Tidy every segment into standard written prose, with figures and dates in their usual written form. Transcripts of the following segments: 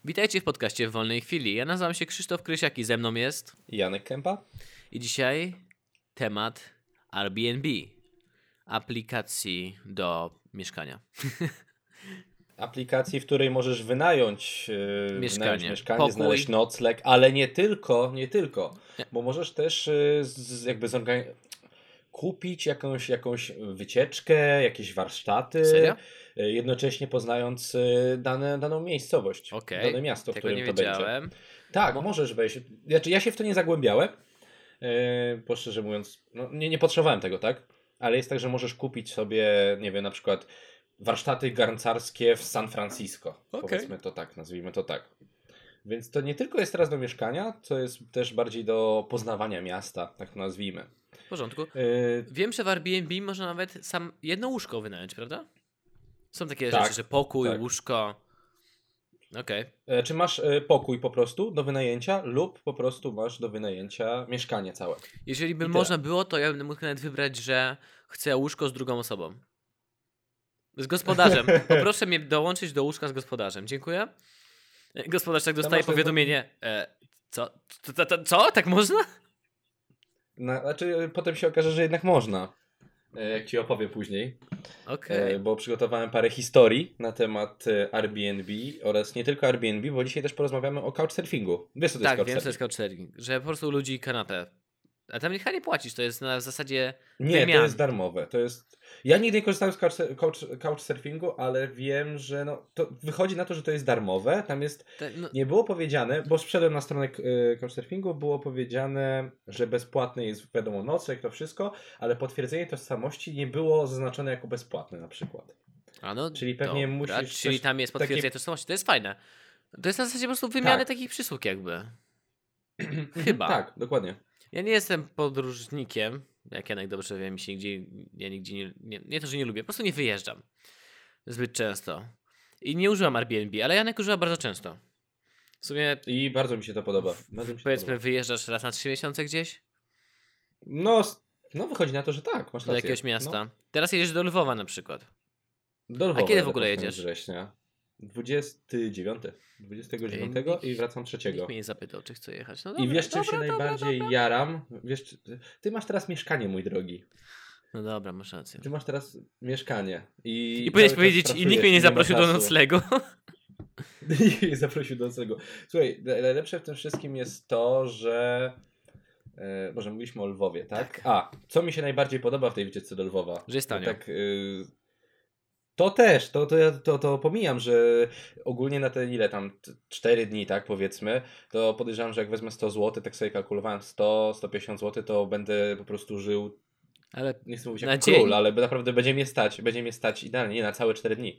Witajcie w podcaście w wolnej chwili. Ja nazywam się Krzysztof Krysiak i ze mną jest... Janek Kępa. I dzisiaj temat Airbnb. Aplikacji do mieszkania. Aplikacji, w której możesz wynająć mieszkanie, Pokój. znaleźć nocleg, ale nie tylko, Nie. bo możesz też kupić jakąś wycieczkę, jakieś warsztaty. Serio? Jednocześnie poznając daną miejscowość, dane miasto, w tego którym nie to wiedziałem. będzie. Tak, możesz wejść. Znaczy, ja się w to nie zagłębiałem, bo szczerze mówiąc, nie potrzebowałem tego, tak? Ale jest tak, że możesz kupić sobie, nie wiem, na przykład warsztaty garncarskie w San Francisco. Powiedzmy to tak, nazwijmy to tak. Więc to nie tylko jest teraz do mieszkania, to jest też bardziej do poznawania miasta, tak to nazwijmy. W porządku. Wiem, że w Airbnb można nawet jedno łóżko wynająć, prawda? Są takie rzeczy, że pokój, łóżko. Okej. Czy masz pokój po prostu do wynajęcia lub po prostu masz do wynajęcia mieszkanie całe? Jeżeli by można było, to ja bym mógł nawet wybrać, że chcę łóżko z drugą osobą. Z gospodarzem. Poproszę mnie dołączyć do łóżka z gospodarzem. Dziękuję. Gospodarz tak dostaje powiadomienie. Co? Tak można? Znaczy, potem się okaże, że jednak można. Jak ci opowiem później. Okej. Bo przygotowałem parę historii na temat Airbnb oraz nie tylko Airbnb, bo dzisiaj też porozmawiamy o couchsurfingu. Wiesz, co to jest couchsurfing? Tak, wiem, co jest couchsurfing. Że po prostu ludzi kanapę. A tam nie płacisz, to jest na zasadzie wymian. To jest darmowe. Ja nigdy nie korzystałem z couchsurfingu, ale wiem, że to wychodzi na to, że to jest darmowe. Tam jest... Nie było powiedziane, bo wszedłem na stronę couchsurfingu, było powiedziane, że bezpłatny jest, wiadomo, nocleg, to wszystko, ale potwierdzenie tożsamości nie było zaznaczone jako bezpłatne na przykład. Czyli pewnie musisz... Czyli tam jest potwierdzenie tożsamości, to jest fajne. To jest na zasadzie po prostu wymiany takich przysług jakby. Chyba. Tak, dokładnie. Ja nie jestem podróżnikiem, jak Janek dobrze wie, ja nigdzie nie to, że nie lubię, po prostu nie wyjeżdżam zbyt często. I nie używam Airbnb, ale Janek używa bardzo często. W sumie... I bardzo mi się to podoba. Powiedzmy, wyjeżdżasz raz na 3 miesiące gdzieś? No, wychodzi na to, że tak, masz rację. Do jakiegoś miasta. Teraz jedziesz do Lwowa na przykład. Do Lwowa. A kiedy w ogóle jedziesz? Września. 29 i wracam 3. Nikt mnie nie zapytał, czy chcę jechać. No dobra, i wiesz, czym się najbardziej jaram? Wiesz, ty masz teraz mieszkanie, mój drogi. No dobra, masz rację. Ty masz teraz mieszkanie. I powinieneś powiedzieć, i nikt mnie nie zaprosił do noclegu. Nikt mnie nie zaprosił do noclegu. Słuchaj, najlepsze w tym wszystkim jest to, że... Może mówiliśmy o Lwowie, tak? Co mi się najbardziej podoba w tej wycieczce do Lwowa? Że jest tanio. To też, to pomijam, że ogólnie na te 4 dni, tak powiedzmy, to podejrzewam, że jak wezmę 100 zł, tak sobie kalkulowałem 100-150 zł, to będę po prostu żył, ale nie chcę mówić jak król, ale naprawdę będzie mnie stać idealnie, nie na całe 4 dni.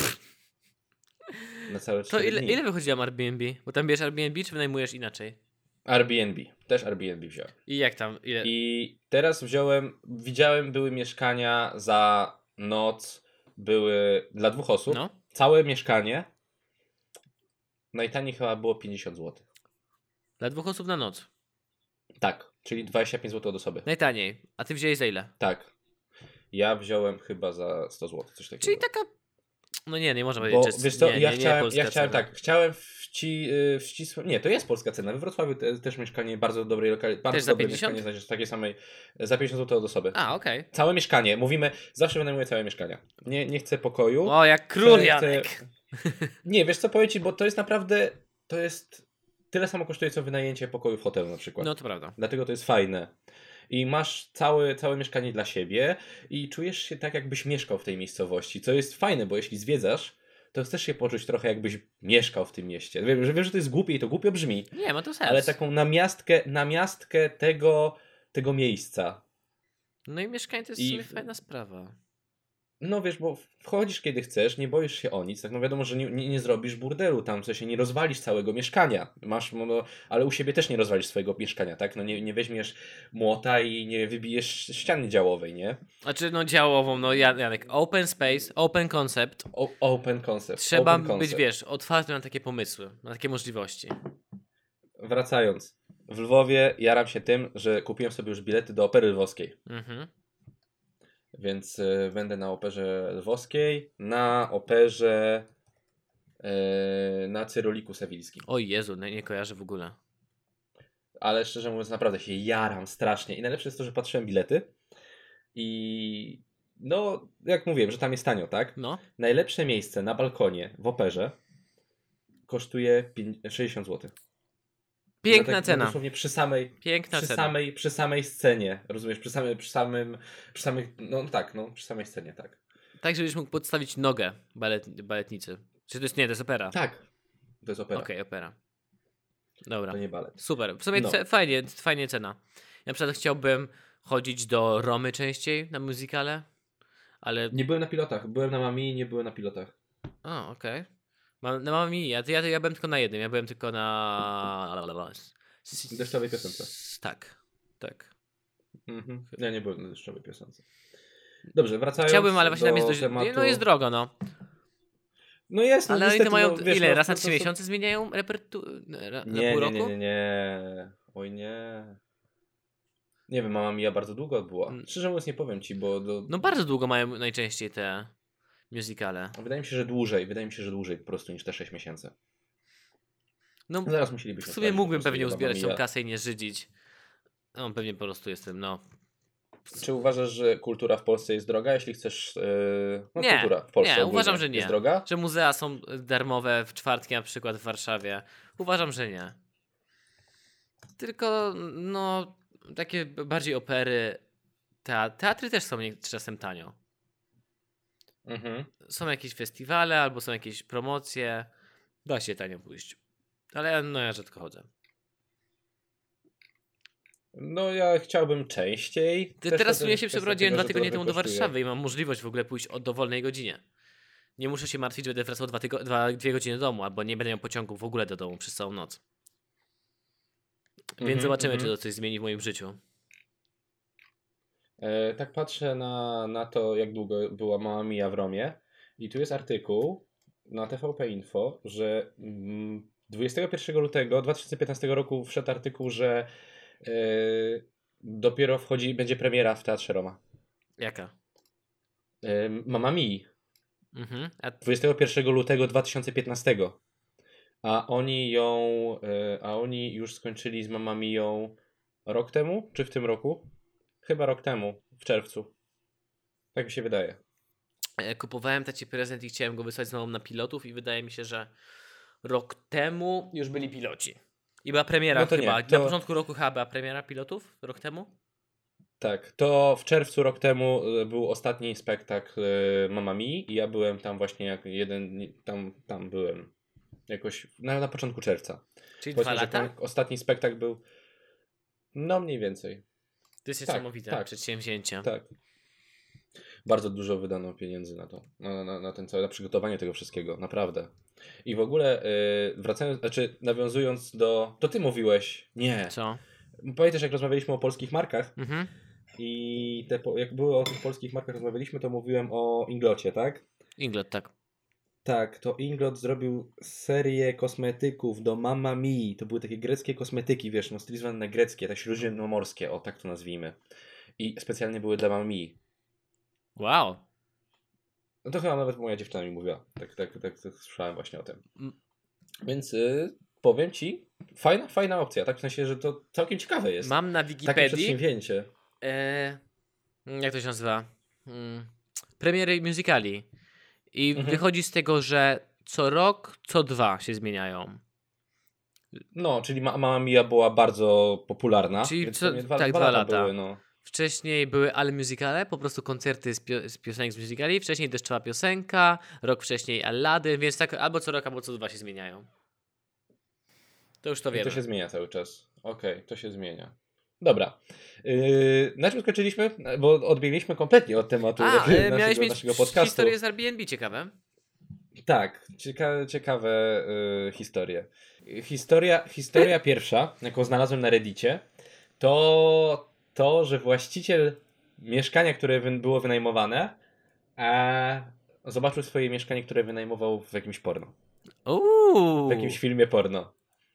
Na całe 4 dni. Ile wychodziło Airbnb? Bo tam bierzesz Airbnb, czy wynajmujesz inaczej? Airbnb, też Airbnb wziąłem. I jak tam? I teraz widziałem, były mieszkania za noc, były dla 2 osób, całe mieszkanie, najtaniej chyba było 50 zł. Dla 2 osób na noc? Tak, czyli 25 zł od osoby. Najtaniej. A ty wziąłeś za ile? Tak. Ja wziąłem chyba za 100 zł, coś takiego. Czyli taka... No nie można powiedzieć, że... Wiesz co, chciałem wcisnąć... Nie, to jest polska cena. We Wrocławiu też mieszkanie bardzo dobrej lokalizacji. Bardzo dobre mieszkanie znajdziesz takiej samej za 50 zł od osoby. Okej. Całe mieszkanie. Mówimy, zawsze wynajmuję całe mieszkania. Nie chcę pokoju. O, jak król Janek. Nie, wiesz co, powiem ci, bo to jest naprawdę... To jest... Tyle samo kosztuje, co wynajęcie pokoju w hotelu na przykład. No to prawda. Dlatego to jest fajne. I masz całe mieszkanie dla siebie i czujesz się tak, jakbyś mieszkał w tej miejscowości, co jest fajne, bo jeśli zwiedzasz, to chcesz się poczuć trochę, jakbyś mieszkał w tym mieście. Wiem, że to jest głupie i to głupio brzmi. Nie, ma to sens. Ale taką namiastkę tego miejsca. No i mieszkanie to jest w sumie fajna sprawa. No wiesz, bo wchodzisz kiedy chcesz, nie boisz się o nic, tak wiadomo, że nie zrobisz burdelu tam, w sensie nie rozwalisz całego mieszkania, ale u siebie też nie rozwalisz swojego mieszkania, tak? Nie weźmiesz młota i nie wybijesz ściany działowej, nie? Znaczy działową, Janek, open space, open concept. Open concept. Trzeba być, wiesz, otwarty na takie pomysły, na takie możliwości. Wracając, w Lwowie jaram się tym, że kupiłem sobie już bilety do Opery Lwowskiej. Więc będę na Operze Lwowskiej, na Operze na Cyroliku Sewilskim. O Jezu, nie kojarzę w ogóle. Ale szczerze mówiąc, naprawdę się jaram strasznie. I najlepsze jest to, że patrzyłem bilety i no, jak mówiłem, że tam jest tanio, tak? No. Najlepsze miejsce na balkonie w operze kosztuje 60 zł. Piękna cena. Dosłownie Piękna cena. przy samej scenie, rozumiesz? Przy samej scenie, tak. Tak, żebyś mógł podstawić nogę baletnicy. Czy to jest, nie, to jest opera. Tak, to jest opera. Okej, opera. Dobra. To nie balet. Super. W sumie No. fajnie cena. Ja na przykład chciałbym chodzić do Romy częściej na musicale, ale... Nie byłem na pilotach. Byłem na Mamii, nie byłem na pilotach. O, okej. Na Mamma Mia. Ja byłem tylko na jednym. Ja byłem tylko na... Deszczowej piosence. Tak. Mhm. Ja nie byłem na deszczowej piosence. Dobrze, wracając Chciałbym, ale właśnie tam jest dość... tematu... No jest drogo, no. No jest, no ale niestety, oni to mają no, wiesz, ile? no, Raz na to 3 miesiące zmieniają na pół roku? Nie. Oj nie. Nie wiem, Mamma Mia bardzo długo była. Szczerze mówiąc nie powiem ci, bo... No bardzo długo mają najczęściej te musicale. Wydaje mi się, że dłużej po prostu niż te 6 miesięcy. No zaraz musielibyśmy w sumie sprawdzić, mógłbym po prostu, pewnie ile uzbierać Mamma tą Mia. kasę i nie żydzić. No pewnie po prostu jestem, no. Czy uważasz, że kultura w Polsce jest droga, jeśli chcesz... Nie, kultura w Polsce nie, ogólnie uważam, że nie. jest droga? Że muzea są darmowe w czwartki na przykład w Warszawie. Uważam, że nie. Tylko, no, takie bardziej opery, teatry też są czasem tanio. Mhm. Są jakieś festiwale albo są jakieś promocje. Da się tanio pójść. Ale no ja rzadko chodzę. No ja chciałbym częściej. Też Teraz to ja jest się kwestia przeprowadziłem tego, 2 że tygodnie trochę temu do kosztuje. Warszawy i mam możliwość w ogóle pójść o dowolnej godzinie. Nie muszę się martwić, że będę wracał 2 godziny do domu, albo nie będę miał pociągu w ogóle do domu przez całą noc. Więc zobaczymy, czy to coś zmieni w moim życiu. Tak patrzę na to, jak długo była Mamma Mia w Romie i tu jest artykuł na TVP Info, że 21 lutego 2015 roku wszedł artykuł, że dopiero będzie premiera w Teatrze Roma. Jaka? Mamma Mii. Mhm. 21 lutego 2015. A oni już skończyli z Mamma Mią rok temu, czy w tym roku? Chyba rok temu, w czerwcu. Tak mi się wydaje. Kupowałem taci prezent i chciałem go wysłać z mamą na pilotów i wydaje mi się, że rok temu już byli piloci. I była premiera No to chyba. nie, to- Na początku roku chyba była premiera pilotów rok temu? Tak, to w czerwcu rok temu był ostatni spektakl Mamma Mii i ja byłem tam właśnie jak jeden, tam byłem jakoś na początku czerwca. Czyli 2 Powiedzmy, że lata? ostatni spektakl był no mniej więcej. To jest tak, niesamowite tak. przedsięwzięcie. Tak. Bardzo dużo wydano pieniędzy na to, na ten cały, na przygotowanie tego wszystkiego, naprawdę. I w ogóle wracając, nawiązując to ty mówiłeś, nie. Co? Pamiętasz, jak rozmawialiśmy o polskich markach Mhm. i jak było o tych polskich markach rozmawialiśmy, to mówiłem o Inglocie, tak? Inglot, tak. Tak, to Inglot zrobił serię kosmetyków do Mamma Mii. To były takie greckie kosmetyki, wiesz, no stylizowane na greckie, tak śródziemnomorskie, o tak to nazwijmy. I specjalnie były dla Mamma Mii. Wow. No to chyba nawet moja dziewczyna mi mówiła. Tak słyszałem właśnie o tym. Więc powiem ci, fajna opcja, tak? W sensie, że to całkiem ciekawe jest. Mam na Takie Wikipedii przedsięwzięcie. jak to się nazywa? Premiery musicali. I wychodzi z tego, że co rok, co 2 się zmieniają. No, czyli Mamma Mia była bardzo popularna. Czyli więc co- pewnie tak, 2 lata lata. były, no. Wcześniej były ale musicale, po prostu koncerty z piosenek z musicali, wcześniej Deszczowa Piosenka, rok wcześniej Allady, więc tak albo co rok, albo co 2 się zmieniają. To już to I wiemy. to się zmienia cały czas. Okej, to się zmienia. Dobra. Na czym skończyliśmy? Bo odbiegliśmy kompletnie od tematu miałeś mieć naszego podcastu. historię z Airbnb, ciekawe. Tak, ciekawe historie. Historia pierwsza, jaką znalazłem na Reddicie, to, że właściciel mieszkania, które było wynajmowane, zobaczył swoje mieszkanie, które wynajmował w jakimś porno. W jakimś filmie porno.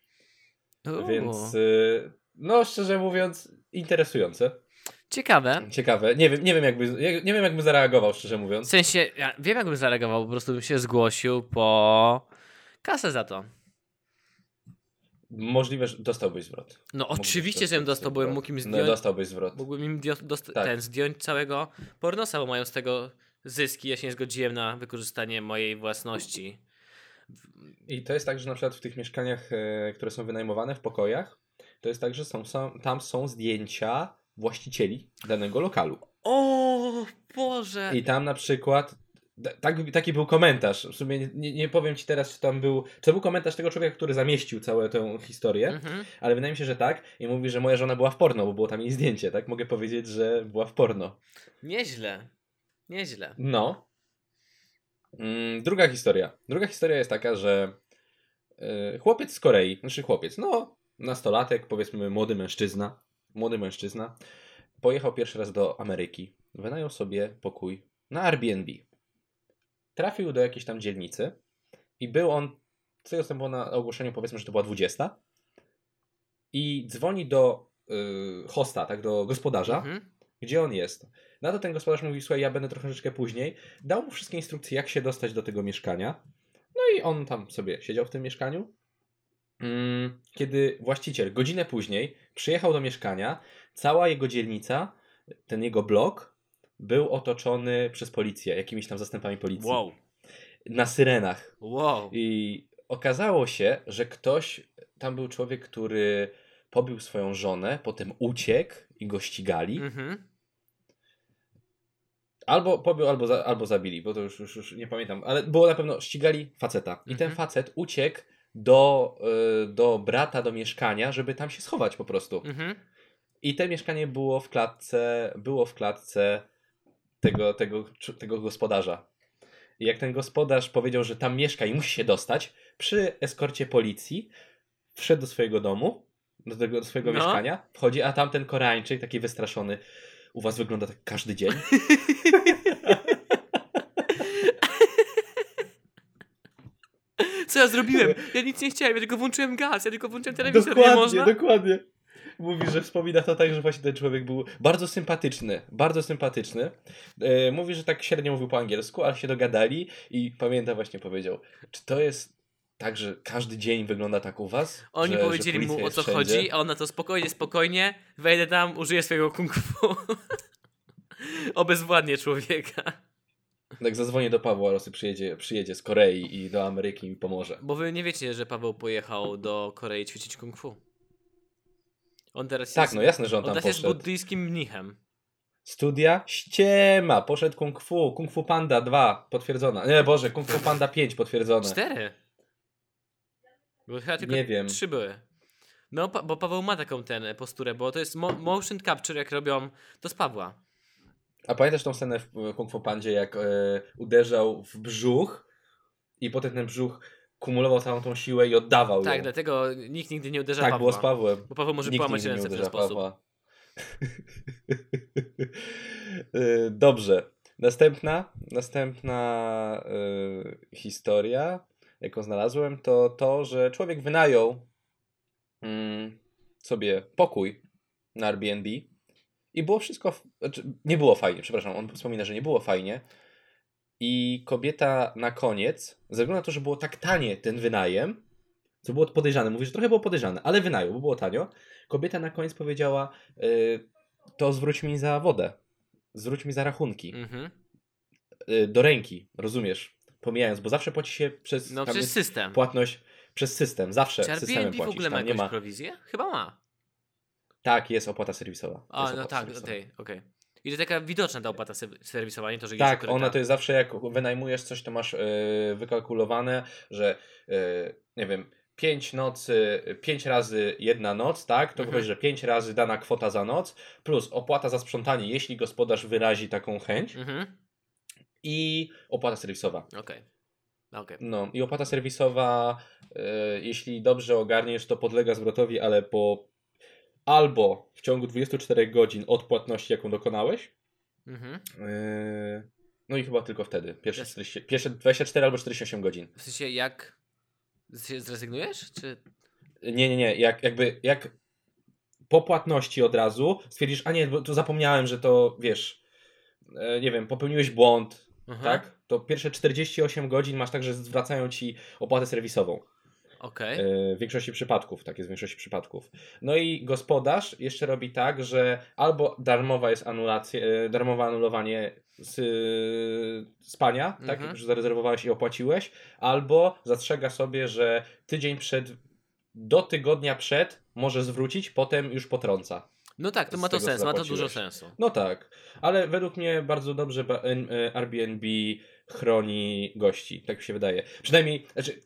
Więc, no szczerze mówiąc, interesujące. Ciekawe. Nie wiem jakby zareagował, szczerze mówiąc. W sensie, ja wiem jakbym zareagował, po prostu bym się zgłosił po kasę za to. Możliwe, że dostałbyś zwrot. No Mógłbyś oczywiście, żebym dostał, bo mógł im No zdjąć, dostałbyś zwrot. mógłbym im Tak. zdjąć całego pornosa, bo mają z tego zyski. Ja się nie zgodziłem na wykorzystanie mojej własności. I to jest tak, że na przykład w tych mieszkaniach, które są wynajmowane w pokojach, to jest tak, że tam są zdjęcia właścicieli danego lokalu. O Boże! I tam na przykład taki był komentarz. W sumie nie powiem ci teraz, czy to był komentarz tego człowieka, który zamieścił całą tę historię, ale wydaje mi się, że tak. I mówi, że moja żona była w porno, bo było tam jej zdjęcie, tak? Mogę powiedzieć, że była w porno. Nieźle. Nieźle. No. Druga historia. Druga historia jest taka, że chłopiec z Korei, nastolatek, powiedzmy młody mężczyzna, pojechał pierwszy raz do Ameryki. Wynajął sobie pokój na Airbnb. Trafił do jakiejś tam dzielnicy i był on, co jest tam było na ogłoszeniu, powiedzmy, że to była 20. I dzwoni do hosta, tak, do gospodarza, gdzie on jest. Na to ten gospodarz mówi, słuchaj, ja będę troszeczkę później. Dał mu wszystkie instrukcje, jak się dostać do tego mieszkania. No i on tam sobie siedział w tym mieszkaniu. Kiedy właściciel godzinę później przyjechał do mieszkania, cała jego dzielnica, ten jego blok był otoczony przez policję, jakimiś tam zastępami policji. Wow. Na syrenach. Wow. I okazało się, że tam był człowiek, który pobił swoją żonę, potem uciekł i go ścigali. Albo pobił, albo zabili, bo to już nie pamiętam, ale było na pewno, ścigali faceta. I ten facet uciekł do brata, do mieszkania, żeby tam się schować po prostu. I to mieszkanie było w klatce tego gospodarza. I jak ten gospodarz powiedział, że tam mieszka i musi się dostać, przy eskorcie policji wszedł do swojego domu, do swojego mieszkania, wchodzi, a tamten Koreańczyk, taki wystraszony, u was wygląda tak każdy dzień. Co ja zrobiłem? Ja nic nie chciałem, ja tylko włączyłem gaz, ja tylko włączyłem telewizor, nie można? Dokładnie. Mówi, że wspomina to tak, że właśnie ten człowiek był bardzo sympatyczny. Mówi, że tak średnio mówił po angielsku, ale się dogadali i pamiętam, właśnie powiedział, czy to jest tak, że każdy dzień wygląda tak u was? Oni powiedzieli mu, o co chodzi, a on na to spokojnie, wejdę tam, użyję swojego kung fu. Obezwładnię człowieka. Tak, zadzwonię do Pawła, Rosy przyjedzie z Korei i do Ameryki mi pomoże. Bo wy nie wiecie, że Paweł pojechał do Korei ćwiczyć kung fu. On teraz tak, no jasne, że on tam teraz poszedł. jest buddyjskim mnichem. Studia? Ściema! Poszedł Kung Fu. Kung Fu Panda 2 potwierdzona. Nie, Boże, Kung Fu Panda 5 potwierdzone. 4? Bo chyba tylko nie wiem. 3 były. No, bo Paweł ma taką posturę, bo to jest motion capture, jak robią to z Pawła. A pamiętasz tą scenę w Kung Fu Pandzie, jak uderzał w brzuch i potem ten brzuch kumulował całą tą siłę i oddawał Tak, ją. dlatego nikt nigdy nie uderza Tak, Pawła. było z Pawłem. Bo Paweł może połamać ręce w ten sposób. Dobrze. Następna historia, jaką znalazłem, to, że człowiek wynajął sobie pokój na Airbnb i było wszystko, nie było fajnie, przepraszam, on wspomina, że nie było fajnie i kobieta na koniec, ze względu na to, że było tak tanie ten wynajem, co było podejrzane, mówi, że trochę było podejrzane, ale wynajął, bo było tanio, kobieta na koniec powiedziała, to zwróć mi za wodę, zwróć mi za rachunki, do ręki, rozumiesz, pomijając, bo zawsze płaci się przez system. Płatność przez system, zawsze systemem płacisz. Czy Airbnb w ogóle ma jakąś prowizję? Chyba ma. Tak, jest opłata serwisowa. Okej. I to taka widoczna ta opłata serwisowa, nie to, że tak, ona to jest zawsze, jak wynajmujesz coś, to masz wykalkulowane, że nie wiem, 5 nocy, 5 razy jedna noc, tak? To wychodzi, że 5 razy dana kwota za noc, plus opłata za sprzątanie, jeśli gospodarz wyrazi taką chęć, i opłata serwisowa. Okej. No i opłata serwisowa, jeśli dobrze ogarniesz, to podlega zwrotowi, ale albo w ciągu 24 godzin od płatności, jaką dokonałeś. No i chyba tylko wtedy. Pierwsze 24 albo 48 godzin. W sensie jak zrezygnujesz? Czy... Nie. Jak po płatności od razu stwierdzisz, a nie, bo tu zapomniałem, że to wiesz, nie wiem, popełniłeś błąd, tak? to pierwsze 48 godzin masz tak, że zwracają ci opłatę serwisową. Okej. W większości przypadków, tak jest w większości przypadków. No i gospodarz jeszcze robi tak, że albo darmowa jest darmowe anulowanie spania, tak, jak już zarezerwowałeś i opłaciłeś, albo zastrzega sobie, że tydzień do tygodnia przed może zwrócić, potem już potrąca. No tak, to ma to sens, ma to dużo sensu. No tak, ale według mnie bardzo dobrze Airbnb chroni gości, tak mi się wydaje. Przynajmniej, znaczy,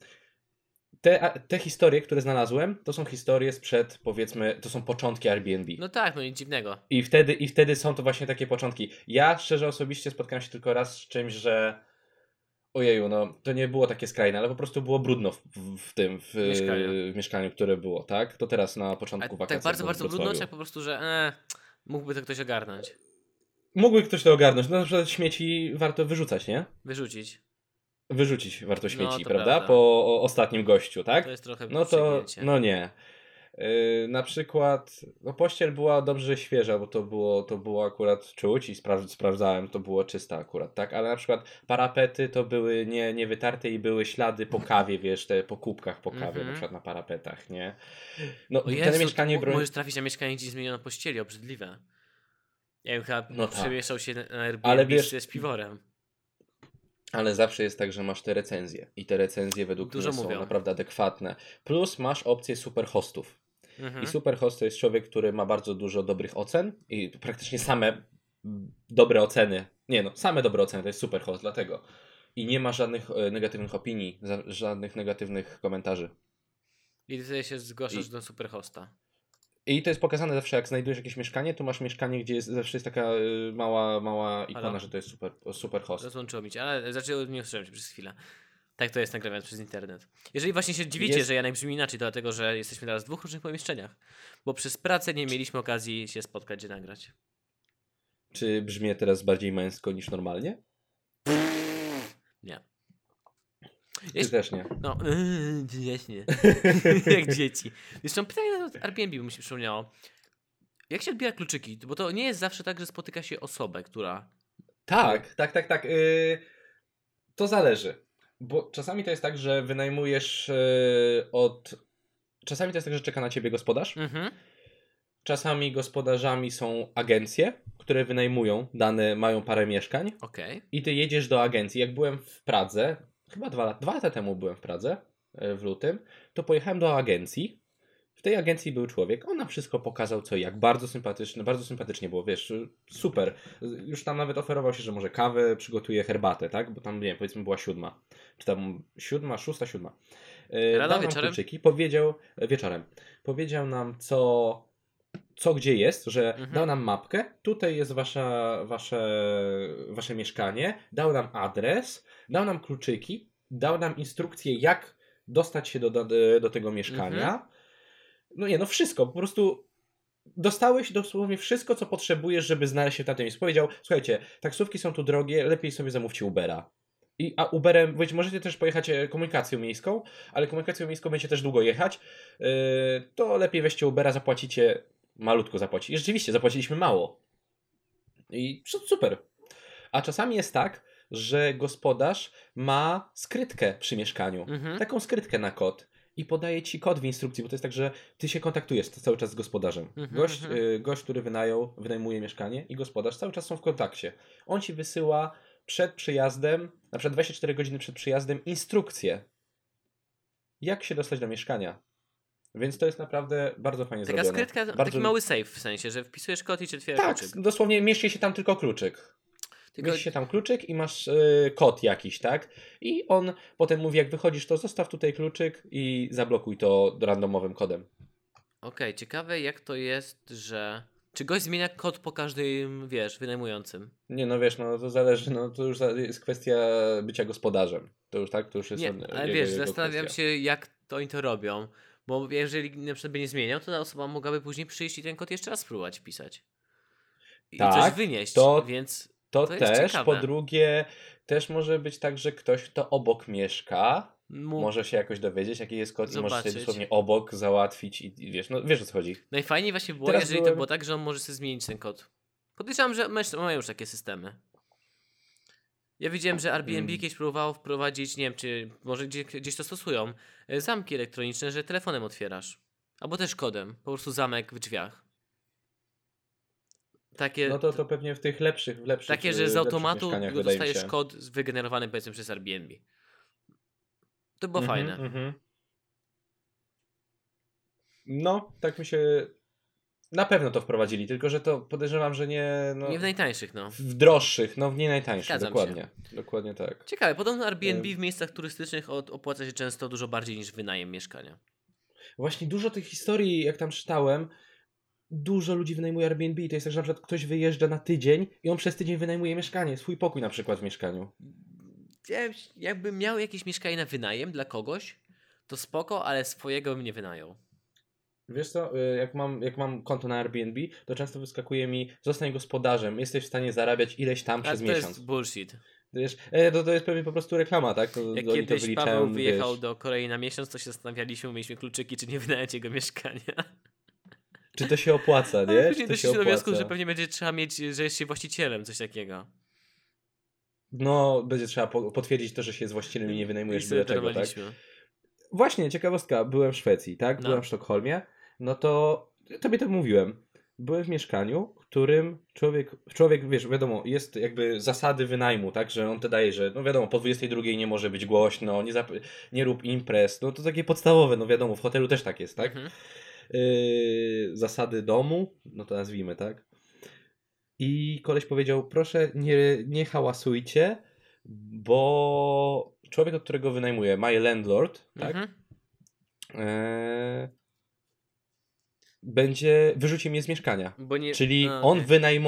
te historie, które znalazłem, to są historie sprzed, powiedzmy, to są początki Airbnb. No tak, no nic dziwnego. I wtedy są to właśnie takie początki. Ja szczerze osobiście spotkałem się tylko raz z czymś, że ojeju, no to nie było takie skrajne, ale po prostu było brudno w mieszkaniu, które było, tak? To teraz na początku wakacji. Tak bardzo, bardzo brudno, czy po prostu, że mógłby to ktoś ogarnąć? Mógłby ktoś to ogarnąć. No na przykład śmieci warto wyrzucać, nie? Wyrzucić warto śmieci, prawda? Po ostatnim gościu, tak? To jest trochę no to no nie. Na przykład pościel była dobrze świeża, bo to było akurat czuć i sprawdzałem, to było czyste akurat, tak? Ale na przykład parapety to były niewytarte i były ślady po kawie, wiesz, po kubkach po kawie, na przykład na parapetach, nie? No, to mieszkanie możesz trafić na mieszkanie, gdzie zmieniono pościeli, obrzydliwe. Ja bym chyba przemieszał się na Airbnb z piworem. Ale zawsze jest tak, że masz te recenzje i te recenzje według mnie są naprawdę adekwatne. Plus masz opcję superhostów. I superhost to jest człowiek, który ma bardzo dużo dobrych ocen i praktycznie same dobre oceny. Same dobre oceny to jest superhost, dlatego. I nie ma żadnych negatywnych opinii, żadnych negatywnych komentarzy. I ty sobie się zgłaszasz do superhosta. I to jest pokazane zawsze, jak znajdujesz jakieś mieszkanie, to masz mieszkanie, gdzie zawsze jest taka mała ikona, że to jest super host. Rozłączyło mi cię, ale nie usłyszałem cię przez chwilę. Tak to jest nagrywane przez internet. Jeżeli właśnie się dziwicie, że Janek brzmi inaczej, to dlatego, że jesteśmy teraz w dwóch różnych pomieszczeniach. Bo przez pracę nie mieliśmy okazji się spotkać, gdzie nagrać. Czy brzmię teraz bardziej męsko niż normalnie? Nie. Ty też nie. No, jaśnie. Jak dzieci. Jeszcze pytanie na Airbnb, bo mi się przypomniało. Jak się odbiera kluczyki? Bo to nie jest zawsze tak, że spotyka się osobę, która... Tak. To zależy. Bo czasami to jest tak, że wynajmujesz Czasami to jest tak, że czeka na ciebie gospodarz. Czasami gospodarzami są agencje, które wynajmują mają parę mieszkań. I ty jedziesz do agencji. Jak byłem w Pradze, chyba 2 lata temu byłem w Pradze, w lutym, to pojechałem do agencji. W tej agencji był człowiek, on nam wszystko pokazał co i jak, bardzo sympatycznie było, wiesz, super. Już tam nawet oferował się, że może kawę przygotuje, herbatę, tak? Bo tam, nie wiem, powiedzmy była 7. Czy tam 7, 6, 7. Dał nam kluczyki, powiedział nam co gdzie jest, że dał nam mapkę, tutaj jest wasze mieszkanie, dał nam adres, dał nam kluczyki, dał nam instrukcję jak dostać się do tego mieszkania. No wszystko, po prostu dostałeś dosłownie wszystko, co potrzebujesz, żeby znaleźć się w tym miejscu. Powiedział, słuchajcie, taksówki są tu drogie, lepiej sobie zamówcie Ubera. A Uberem, możecie też pojechać komunikacją miejską, ale komunikacją miejską będziecie też długo jechać, to lepiej weźcie Ubera, zapłacicie, malutko zapłacić. I rzeczywiście, zapłaciliśmy mało. I super. A czasami jest tak, że gospodarz ma skrytkę przy mieszkaniu. Taką skrytkę na kod. I podaje ci kod w instrukcji, bo to jest tak, że ty się kontaktujesz cały czas z gospodarzem. Gość, który wynajmuje mieszkanie i gospodarz cały czas są w kontakcie. On ci wysyła przed przyjazdem, na przykład 24 godziny przed przyjazdem, instrukcję, jak się dostać do mieszkania. Więc to jest naprawdę bardzo fajnie zrobione. Taka skrytka, taki mały safe w sensie, że wpisujesz kod i cię otwiera kluczyk. Tak, dosłownie mieści się tam tylko kluczyk. Mieści się tam kluczyk i masz kod jakiś, tak? I on potem mówi, jak wychodzisz, to zostaw tutaj kluczyk i zablokuj to randomowym kodem. Okej, ciekawe jak to jest, że... Czy gość zmienia kod po każdym, wynajmującym? Nie, to zależy, to już jest kwestia bycia gospodarzem. To już tak, to już jest ale zastanawiam się, jak to oni to robią. Bo jeżeli na przykład by nie zmieniał, to ta osoba mogłaby później przyjść i ten kod jeszcze raz spróbować wpisać. I coś wynieść, więc... To też, ciekawe. Po drugie, też może być tak, że ktoś, kto obok mieszka, może się jakoś dowiedzieć, jaki jest kod i może sobie dosłownie obok załatwić i wiesz o co chodzi. Najfajniej właśnie było, jeżeli to było tak, że on może sobie zmienić ten kod. Podejrzewam, że mają już takie systemy. Ja widziałem, że Airbnb kiedyś próbowało wprowadzić, nie wiem, czy może gdzieś to stosują, zamki elektroniczne, że telefonem otwierasz. Albo też kodem, po prostu zamek w drzwiach. Takie, No to pewnie w tych lepszych takie, że z w lepszych automatu mieszkaniach, wydaje mi dostajesz się. kod wygenerowany powiedzmy przez Airbnb. To było Mhm, fajne. mhm. No, tak mi się... Na pewno to wprowadzili, tylko że to podejrzewam, że nie... No, Nie w najtańszych, no. w droższych, no w nie najtańszych, Zgadzam dokładnie. Dokładnie tak. Ciekawe, podobno Airbnb w miejscach turystycznych opłaca się często dużo bardziej niż wynajem mieszkania. Właśnie dużo tych historii, jak tam czytałem, dużo ludzi wynajmuje Airbnb. To jest tak, że na przykład ktoś wyjeżdża na tydzień i on przez tydzień wynajmuje mieszkanie, swój pokój na przykład w mieszkaniu. Jakbym miał jakieś mieszkanie na wynajem dla kogoś, to spoko, ale swojego bym nie wynajął. Wiesz co, jak mam konto na Airbnb, to często wyskakuje mi: zostań gospodarzem, jesteś w stanie zarabiać ileś tam przez to miesiąc. jest bullshit. Wiesz, to jest pewnie po prostu reklama, tak? Jak Oni to kiedyś wyliczają, Paweł wyjechał wiesz. do Korei na miesiąc, to się zastanawialiśmy, mieliśmy kluczyki, czy nie wynająć jego mieszkania. Czy to się opłaca, Ale nie? Czy później to się doszliśmy do wniosku, opłaca? że pewnie będzie trzeba mieć, że jest się właścicielem, coś takiego. No, będzie trzeba potwierdzić to, że się jest właścicielem i nie I wynajmujesz sobie byle czego, tak? dorwaliśmy. Właśnie, ciekawostka, byłem w Szwecji, tak? No. Byłem w Sztokholmie, no to tobie to mówiłem. Byłem w mieszkaniu, w którym człowiek, wiesz, wiadomo, jest jakby zasady wynajmu, tak? Że on te daje, że no wiadomo, po 22 nie może być głośno, nie rób imprez, no to takie podstawowe, no wiadomo, w hotelu też tak jest, tak? Mhm. Zasady domu, no to nazwijmy, tak? I koleś powiedział: proszę nie hałasujcie, bo człowiek, od którego wynajmuję, my landlord, tak? Mhm. Wyrzuci mnie z mieszkania. Bo nie... Czyli no, on okej.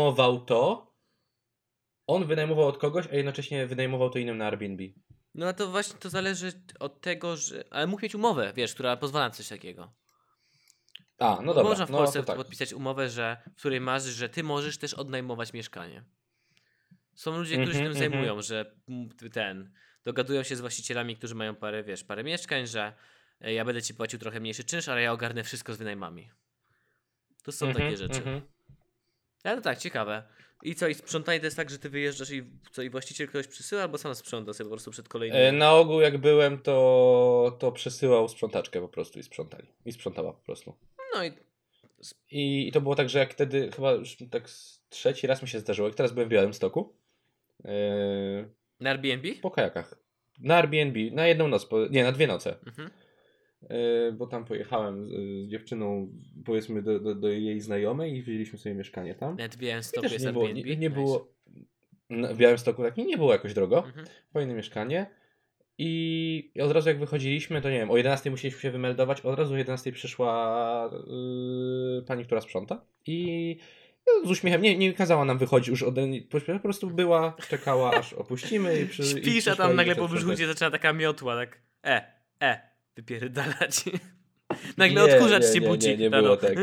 wynajmował od kogoś, a jednocześnie wynajmował to innym na Airbnb. No to właśnie to zależy od tego, że... Ale mógł mieć umowę, wiesz, która pozwala na coś takiego. A, no Bo dobra, można w no Polsce to tak. podpisać umowę, w której masz, że ty możesz też odnajmować mieszkanie. Są ludzie, którzy się tym zajmują, że dogadują się z właścicielami, którzy mają parę mieszkań, że ja będę ci płacił trochę mniejszy czynsz, ale ja ogarnę wszystko z wynajmami. To są takie rzeczy. Ale no tak, ciekawe. I co, i sprzątanie to jest tak, że ty wyjeżdżasz i właściciel ktoś przysyła, albo sam sprząta sobie po prostu przed kolejnym... Na ogół jak byłem, to przesyłał sprzątaczkę po prostu i sprzątali. I sprzątała po prostu. No i I to było tak, że jak wtedy, chyba już tak trzeci raz mi się zdarzyło, jak teraz byłem w Białymstoku, na Airbnb? po kajakach. Na Airbnb, na jedną noc, na 2 noce. Mhm. Bo tam pojechałem z dziewczyną, powiedzmy, do jej znajomej i wzięliśmy sobie mieszkanie tam. Nawet w I Białymstoku też jest nie było, Airbnb? nie było w Białymstoku tak nie było jakoś drogo. Mhm. Fajne mieszkanie. I od razu jak wychodziliśmy, to nie wiem, o 11 musieliśmy się wymeldować, od razu o 11 przyszła pani, która sprząta i z uśmiechem, nie kazała nam wychodzić już po prostu była, czekała aż opuścimy i Śpisz, a tam nagle po brzuchu cię zaczyna taka miotła, tak wypierdalać. Nagle odkurzacz cię budzi. Nie było tak.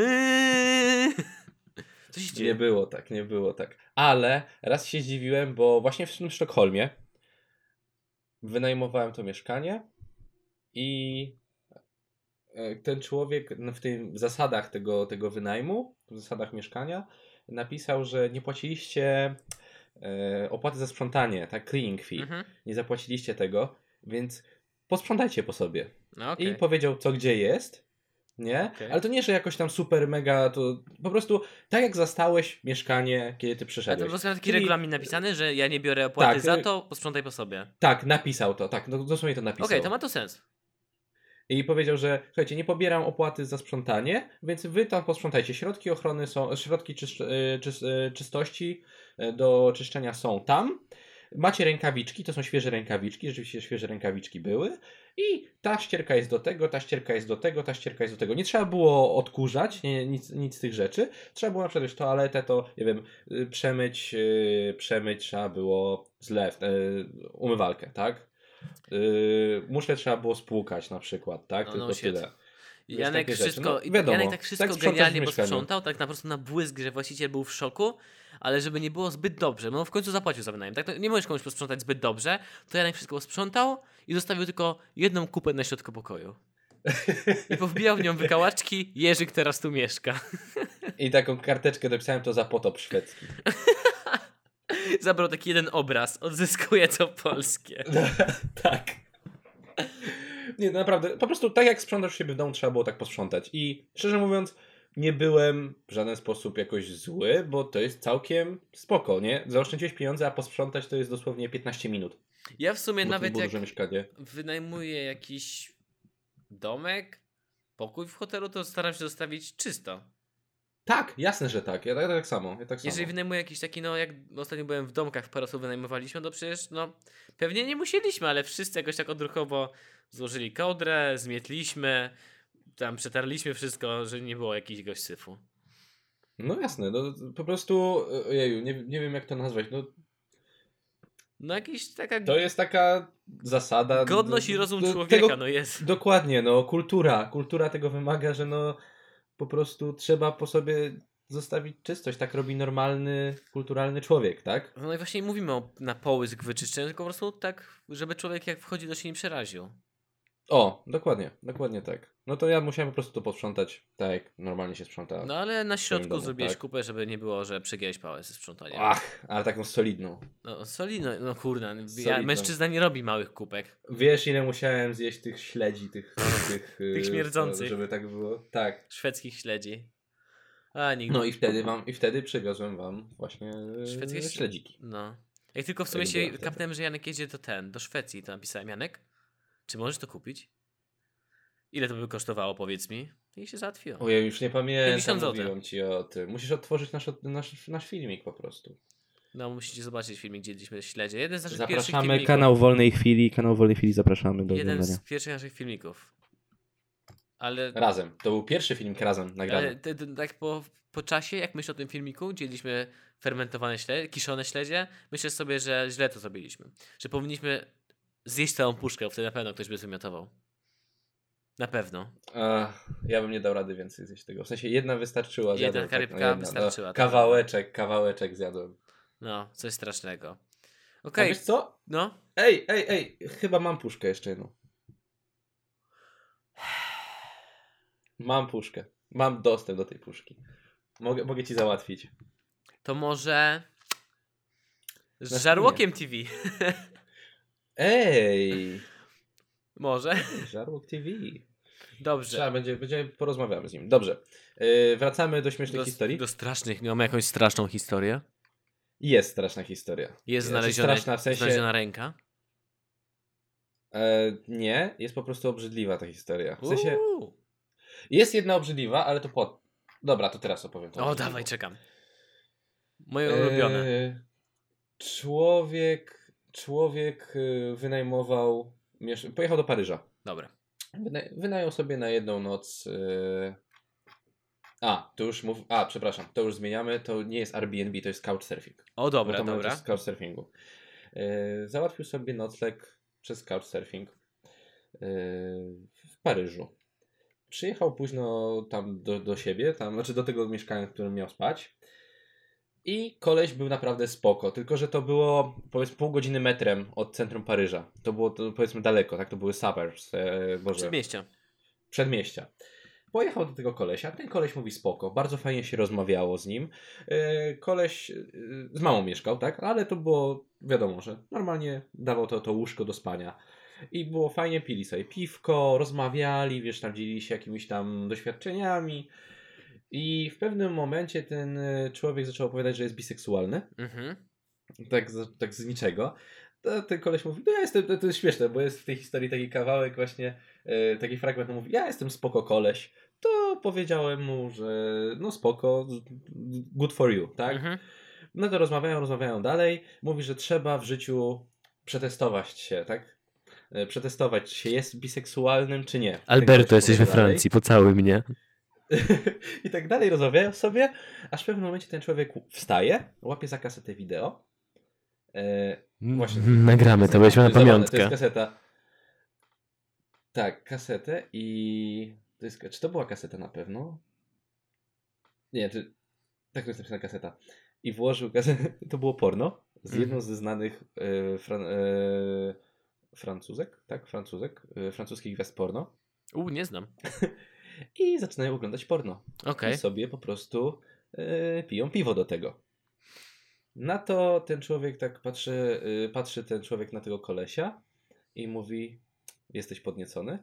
Co się dzieje? Nie było tak. Ale raz się zdziwiłem, bo właśnie w tym Sztokholmie wynajmowałem to mieszkanie i ten człowiek w zasadach tego wynajmu, w zasadach mieszkania napisał, że nie płaciliście opłaty za sprzątanie, tak, cleaning fee. Mhm. Nie zapłaciliście tego, więc posprzątajcie po sobie. No, okay. I powiedział, co gdzie jest, nie? Okay. Ale to nie, że jakoś tam super mega, to po prostu tak jak zastałeś mieszkanie, kiedy ty przyszedłeś. A to po prostu taki regulamin napisany, że ja nie biorę opłaty za to, posprzątaj po sobie. Tak, napisał to, tak, no dosłownie to napisał. Okej, to ma to sens. I powiedział, że słuchajcie, nie pobieram opłaty za sprzątanie, więc wy tam posprzątajcie. Środki ochrony są, środki czystości do czyszczenia są tam. Macie rękawiczki, to są świeże rękawiczki, rzeczywiście świeże rękawiczki były. I ta ścierka jest do tego, ta ścierka jest do tego, ta ścierka jest do tego. Nie trzeba było odkurzać, nic z tych rzeczy. Trzeba było na przykład w toaletę, to nie wiem, przemyć trzeba było zlew, umywalkę, tak? Muszle trzeba było spłukać na przykład, tak? Tylko tyle. Janek wszystko, Janek tak wszystko genialnie posprzątał, tak na prostu na błysk, że właściciel był w szoku, ale żeby nie było zbyt dobrze, no w końcu zapłacił za wynajem, tak? To nie możesz komuś posprzątać zbyt dobrze, to Janek wszystko posprzątał i zostawił tylko jedną kupę na środku pokoju. I powbijał w nią wykałaczki, Jerzyk teraz tu mieszka. I taką karteczkę dopisałem, to za potop szwedzki. Zabrał taki jeden obraz, odzyskuje to polskie. Tak. Nie, naprawdę, po prostu tak jak sprzątasz siebie w domu, trzeba było tak posprzątać. I szczerze mówiąc, nie byłem w żaden sposób jakoś zły, bo to jest całkiem spoko, nie? Zaoszczędziłeś pieniądze, a posprzątać to jest dosłownie 15 minut. Ja w sumie Bo to nawet było jak duże mieszkanie. wynajmuję jakiś domek, pokój w hotelu, to staram się zostawić czysto. Tak, jasne, że tak. Ja tak samo. Jeżeli wynajmuję jakiś taki, no jak ostatnio byłem w domkach, parę osób wynajmowaliśmy, to przecież no pewnie nie musieliśmy, ale wszyscy jakoś tak odruchowo złożyli kołdrę, zmietliśmy, tam przetarliśmy wszystko, że nie było jakiegoś syfu. No jasne, no po prostu, ojeju, nie wiem jak to nazwać, no No jakiś taka to jest taka zasada. godność i rozum człowieka, tego, no jest. Dokładnie, no kultura tego wymaga, że no po prostu trzeba po sobie zostawić czystość, tak robi normalny, kulturalny człowiek, tak? No i właśnie mówimy na połysk wyczyszczenia, tylko po prostu tak, żeby człowiek jak wchodzi do się nie przeraził. O, dokładnie tak. No to ja musiałem po prostu to posprzątać tak jak normalnie się sprząta. No ale na środku domu, zrobiłeś tak? kupę, żeby nie było, że przegięłeś pałę ze sprzątaniem. Ach, ale taką solidną. No solidno, no kurna, Solidną. mężczyzna nie robi małych kupek. Wiesz ile musiałem zjeść tych śledzi, tych Tych śmierdzących. żeby tak było. Tak. Szwedzkich śledzi. A nigdy. No i wtedy przywiozłem wam właśnie Szwedzkie śledziki. No. Jak tylko w sumie Tak się było kapnąłem, że Janek jedzie do Szwecji, to napisałem: Janek, czy możesz to kupić? Ile to by kosztowało, powiedz mi? I się załatwiło. O, ja już nie 50 pamiętam, zł. mówiłem ci o tym. Musisz otworzyć nasz filmik po prostu. No musicie zobaczyć filmik, gdzie jedliśmy śledzie. Jeden z naszych pierwszych Zapraszamy, filmików. kanał Wolnej Chwili zapraszamy do Jeden oglądania. z pierwszych naszych filmików. Ale Razem. To był pierwszy film razem nagrany. Ale tak po czasie, jak myślę o tym filmiku, gdzie jedliśmy fermentowane śledzie, kiszone śledzie, myślę sobie, że źle to zrobiliśmy. Że powinniśmy zjeść całą puszkę, wtedy na pewno ktoś by zwymiotował. Na pewno. Ja bym nie dał rady więcej zjeść tego. W sensie jedna wystarczyła. Jedna zjadłem, rybka wystarczyła, No, tak. kawałeczek zjadłem. No, coś strasznego. A Okej, wiesz co? no. Ej, chyba mam puszkę jeszcze jedną. Mam puszkę. Mam dostęp do tej puszki. Mogę ci załatwić. To może Na z Żarłokiem TV. Ej! Może. Żarłok TV. Dobrze. Trzeba będzie porozmawiamy z nim. Dobrze. Wracamy do śmiesznej historii. Do strasznych. Mamy jakąś straszną historię? Jest straszna historia. Jest straszna w sensie... znaleziona ręka? Nie, jest po prostu obrzydliwa ta historia. W sensie Uuu. jest jedna obrzydliwa, ale to Dobra, to teraz opowiem. O, dawaj, czekam. Moje ulubione. Człowiek wynajmował... Pojechał do Paryża. Dobra. Wynajął sobie na jedną noc... przepraszam, to już zmieniamy. To nie jest Airbnb, to jest Couchsurfing. O, dobra, Bo to dobra. z Couchsurfingu. Załatwił sobie nocleg przez Couchsurfing w Paryżu. Przyjechał późno tam do siebie, znaczy do tego mieszkania, w którym miał spać. I koleś był naprawdę spoko, tylko że to było powiedzmy pół godziny metrem od centrum Paryża. To było powiedzmy daleko, tak? To były suburbs. Przedmieścia. Pojechał do tego kolesia, ten koleś mówi spoko, bardzo fajnie się rozmawiało z nim. Koleś z mamą mieszkał, tak? Ale to było wiadomo, że normalnie dawał to łóżko do spania. I było fajnie, pili sobie piwko, rozmawiali, wiesz, tam dzielili się jakimiś tam doświadczeniami. I w pewnym momencie ten człowiek zaczął opowiadać, że jest biseksualny. Mhm. Tak z niczego. Ten koleś mówi, no ja jestem, to jest śmieszne, bo jest w tej historii taki kawałek właśnie, taki fragment, on mówi, ja jestem spoko koleś. To powiedziałem mu, że no spoko, good for you, tak? Mhm. No to rozmawiają dalej. Mówi, że trzeba w życiu przetestować się, tak? Przetestować, czy się jest biseksualnym, czy nie. Alberto, jesteś we Francji, pocałuj mnie. I tak dalej rozmawiają sobie, aż w pewnym momencie ten człowiek wstaje, łapie za kasetę wideo. Właśnie. Nagramy to, weźmy na pamiątkę. To jest kaseta. Tak, kasetę i... Czy to była kaseta na pewno? Nie, tak to jest napisana kaseta. I włożył kasetę, to było porno, z jedną ze znanych Francuzek, tak? Francuskich gwiazd porno. Nie znam. I zaczynają oglądać porno. Okej. I sobie po prostu piją piwo do tego. Na to ten człowiek tak patrzy ten człowiek na tego kolesia i mówi, jesteś podniecony?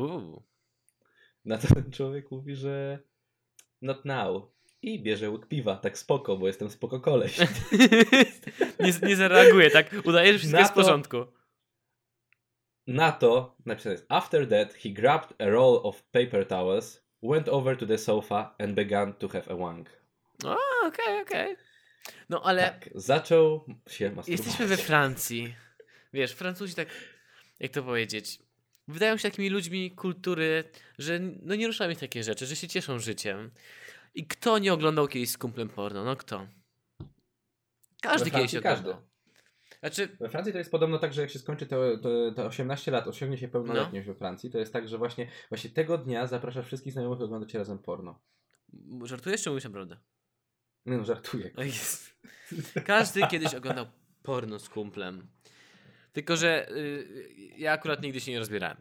Na to ten człowiek mówi, że not now. I bierze łyk piwa, tak spoko, bo jestem spoko koleś. nie zareaguje, tak? Udaje, że wszystko jest w porządku. Na to napisane jest, after that he grabbed a roll of paper towels, went over to the sofa and began to have a wank. Okej. No ale... Tak, zaczął się masturbować. Jesteśmy we Francji. Wiesz, Francuzi tak, jak to powiedzieć, wydają się takimi ludźmi kultury, że no nie ruszają ich takie rzeczy, że się cieszą życiem. I kto nie oglądał kiedyś z kumplem porno? No kto? Każdy kiedyś oglądał. Znaczy... We Francji to jest podobno tak, że jak się skończy to 18 lat, osiągnie się pełnoletność we Francji, to jest tak, że właśnie tego dnia zapraszasz wszystkich znajomych oglądać razem porno. Żartujesz czy mówisz naprawdę? Nie no, żartuję. Każdy kiedyś oglądał porno z kumplem. Tylko, że ja akurat nigdy się nie rozbierałem.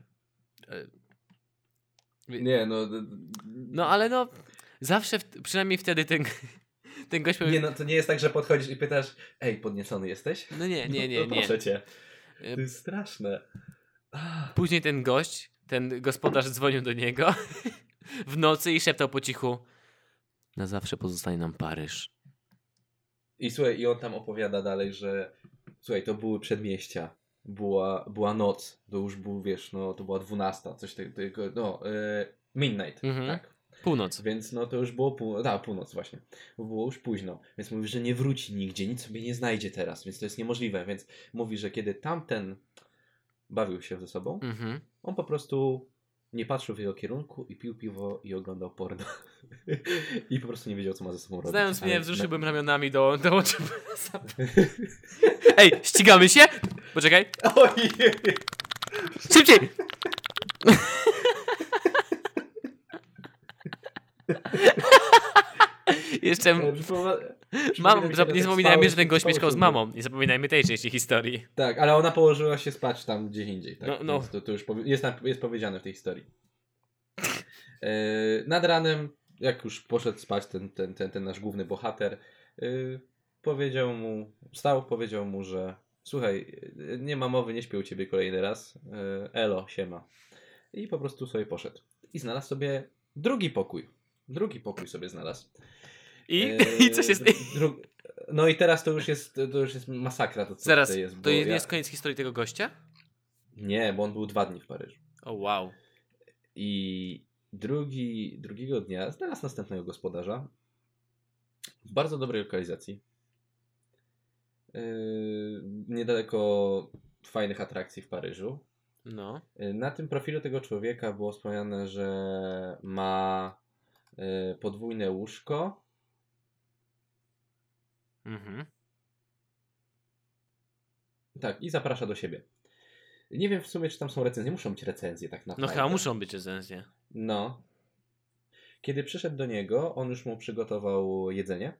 Nie, no... No, ale no, zawsze, przynajmniej wtedy ten gość... Nie, no to nie jest tak, że podchodzisz i pytasz, ej, podniecony jesteś? No nie. No proszę cię. To jest straszne. Później ten gość, ten gospodarz dzwonił do niego w nocy i szeptał po cichu, na zawsze pozostanie nam Paryż. I słuchaj, i on tam opowiada dalej, że słuchaj, to były przedmieścia. Była noc, to już był, wiesz, no to była 12, coś takiego, midnight, tak. Północ. Więc no to już było północ właśnie, bo było już późno, więc mówi, że nie wróci nigdzie, nic sobie nie znajdzie teraz, więc to jest niemożliwe, więc mówi, że kiedy tamten bawił się ze sobą, on po prostu nie patrzył w jego kierunku i pił piwo i oglądał porno. I po prostu nie wiedział, co ma ze sobą robić. Znając mnie, wzruszyłbym ramionami, dołączyłbym. Ej, ścigamy się? Poczekaj. Oj! Szybciej! Jeszcze... nie zapominajmy, że ten gość mieszkał z mamą. Nie zapominajmy tej części historii. Tak, ale ona położyła się spać tam gdzieś indziej. Tak? No. To już jest powiedziane w tej historii. Nad ranem, jak już poszedł spać ten nasz główny bohater, powiedział mu, że słuchaj, nie ma mowy, nie śpię u ciebie kolejny raz. Elo, siema. I po prostu sobie poszedł. I znalazł sobie drugi pokój. Drugi pokój sobie znalazł. I co się stało? No i teraz to już jest masakra. To, co zaraz, tutaj jest, to nie jest koniec historii tego gościa? Nie, bo on był 2 dni w Paryżu. O wow. I drugiego dnia znalazł następnego gospodarza w bardzo dobrej lokalizacji. Niedaleko fajnych atrakcji w Paryżu. No. Na tym profilu tego człowieka było wspomniane, że ma podwójne łóżko. Tak, i zaprasza do siebie. Nie wiem w sumie, czy tam są recenzje. Muszą być recenzje tak naprawdę. No chyba muszą być recenzje. No. Kiedy przyszedł do niego, on już mu przygotował jedzenie.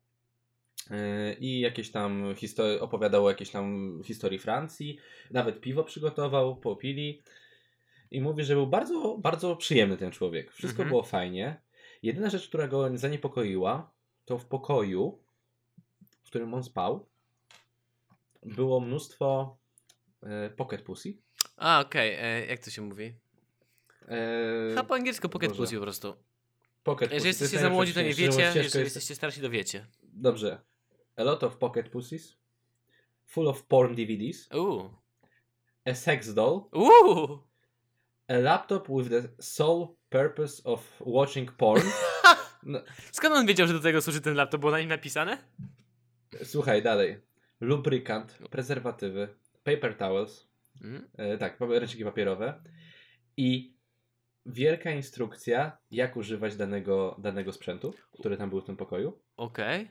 I jakieś tam opowiadał o jakiejś tam historii Francji. Nawet piwo przygotował, popili. I mówi, że był bardzo, bardzo przyjemny ten człowiek. Wszystko było fajnie. Jedyna rzecz, która go zaniepokoiła, to w pokoju, w którym on spał, było mnóstwo pocket pussy. A, okej. Jak to się mówi? Chyba po angielsku pocket pussy po prostu. Pocket pussy. Jeżeli jesteście za młodzi, to nie wiecie. Jeżeli jesteście starsi, to wiecie. Dobrze. A lot of pocket pussies. Full of porn DVDs. A sex doll. A laptop with the sole purpose of watching porn. No. Skąd on wiedział, że do tego służy ten laptop? Było na nim napisane? Słuchaj, dalej. Lubrykant, prezerwatywy, paper towels. Tak, ręczniki papierowe. I wielka instrukcja, jak używać danego sprzętu, który tam był w tym pokoju. Okej.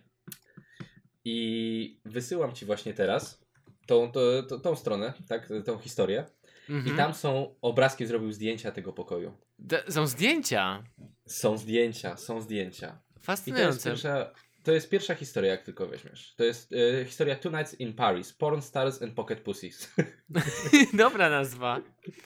I wysyłam ci właśnie teraz tą stronę, tak, tą historię. I tam są obrazki, zrobił zdjęcia tego pokoju. Są zdjęcia? Są zdjęcia. Fascynujące. To jest pierwsza historia, jak tylko weźmiesz. To jest historia Two Nights in Paris. Porn Stars and Pocket Pussies. Dobra nazwa.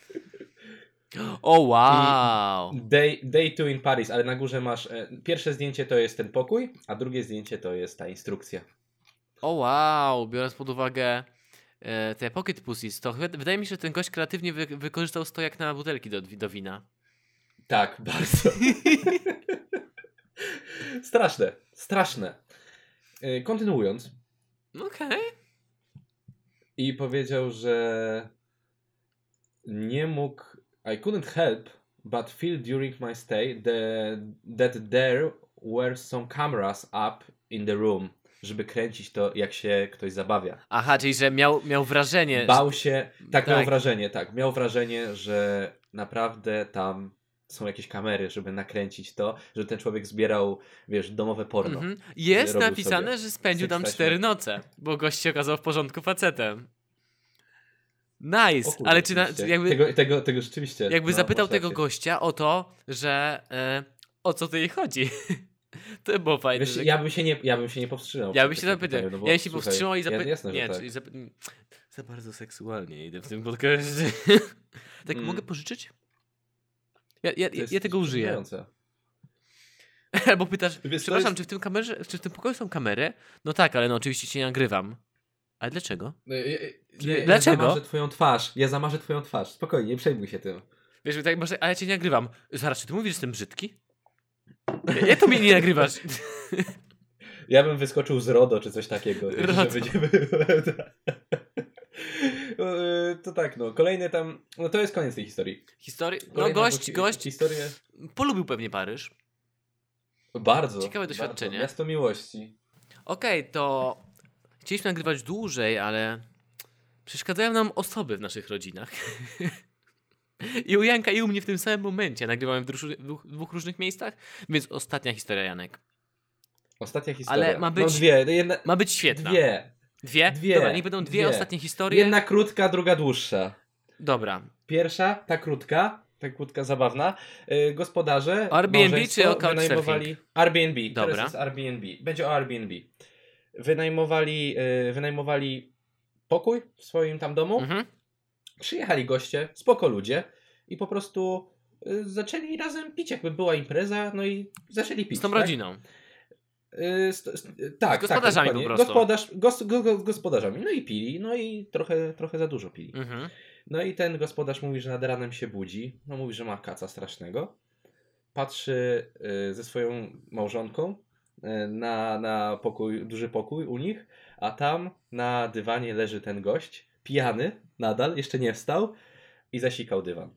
O wow. Day 2 in Paris, ale na górze masz pierwsze zdjęcie to jest ten pokój, a drugie zdjęcie to jest ta instrukcja. O wow, biorąc pod uwagę te Pocket Pussies, to wydaje mi się, że ten gość kreatywnie wykorzystał stojak na butelki do wina. Tak, bardzo. Straszne, straszne. Kontynuując. Okej. I powiedział, że nie mógł... I couldn't help but feel during my stay that there were some cameras up in the room, żeby kręcić to, jak się ktoś zabawia. Aha, czyli że miał wrażenie. Bał się... Tak, Tak. miał wrażenie, tak. Miał wrażenie, że naprawdę tam są jakieś kamery, żeby nakręcić to, że ten człowiek zbierał, wiesz, domowe porno. Jest Robił napisane, sobie że spędził tam seks 4 noce, bo gość się okazał w porządku facetem. Nice, O kurde, ale czy jakby, tego rzeczywiście... jakby no, zapytał masz tego rację. gościa o to, że o co tutaj chodzi. To by było fajne. Wiesz, ja bym się nie powstrzymał. Ja przed bym się takim zapytał. pytaniem, no bo, Ja bym się słuchaj, powstrzymał i zapytał. Jasne, Nie, że tak. czyli za bardzo seksualnie idę w tym podcastie. Tak, mogę pożyczyć? Ja tego użyję. przerażające. Albo pytasz, Wiesz, to przepraszam, jest- czy w tym pokoju są kamery? No tak, ale no oczywiście cię nagrywam. Ale dlaczego? Dlaczego? Ja zamarzę twoją twarz. Spokojnie, nie przejmuj się tym. Wiesz, tak może, ale ja cię nie nagrywam. Zaraz, czy ty mówisz, że jestem brzydki? Jak to mnie nie nagrywasz? Ja bym wyskoczył z RODO czy coś takiego. RODO. Że będziemy... To tak, no. Kolejny tam... No to jest koniec tej historii. Historii? No Kolejna gość Historię... polubił pewnie Paryż. Bardzo. Ciekawe doświadczenie. Bardzo. Miasto miłości. Okej, to chcieliśmy nagrywać dłużej, ale przeszkadzają nam osoby w naszych rodzinach. I u Janka i u mnie w tym samym momencie. Nagrywamy w dwóch różnych miejscach, więc ostatnia historia, Janek. Ostatnia historia. Ale ma być- No dwie. Ma być świetna. Dwie. Dwie? Dobra, niech będą dwie ostatnie historie. Jedna krótka, druga dłuższa. Dobra. Pierwsza, ta krótka zabawna. Gospodarze Airbnb małżeństwo czy o couchsurfing? Airbnb. Dobra. Teraz jest Airbnb. Będzie o Airbnb. Wynajmowali pokój w swoim tam domu. Mhm. Przyjechali goście, spoko ludzie i po prostu zaczęli razem pić, jakby była impreza, no i zaczęli pić. Z tą tak? rodziną. Tak, Z gospodarzami dokładnie. po prostu. Gospodarzami. No i pili, no i trochę za dużo pili. Mhm. No i ten gospodarz mówi, że nad ranem się budzi. No mówi, że ma kaca strasznego. Patrzy ze swoją małżonką na pokój, duży pokój u nich, a tam na dywanie leży ten gość, pijany nadal, jeszcze nie wstał i zasikał dywan.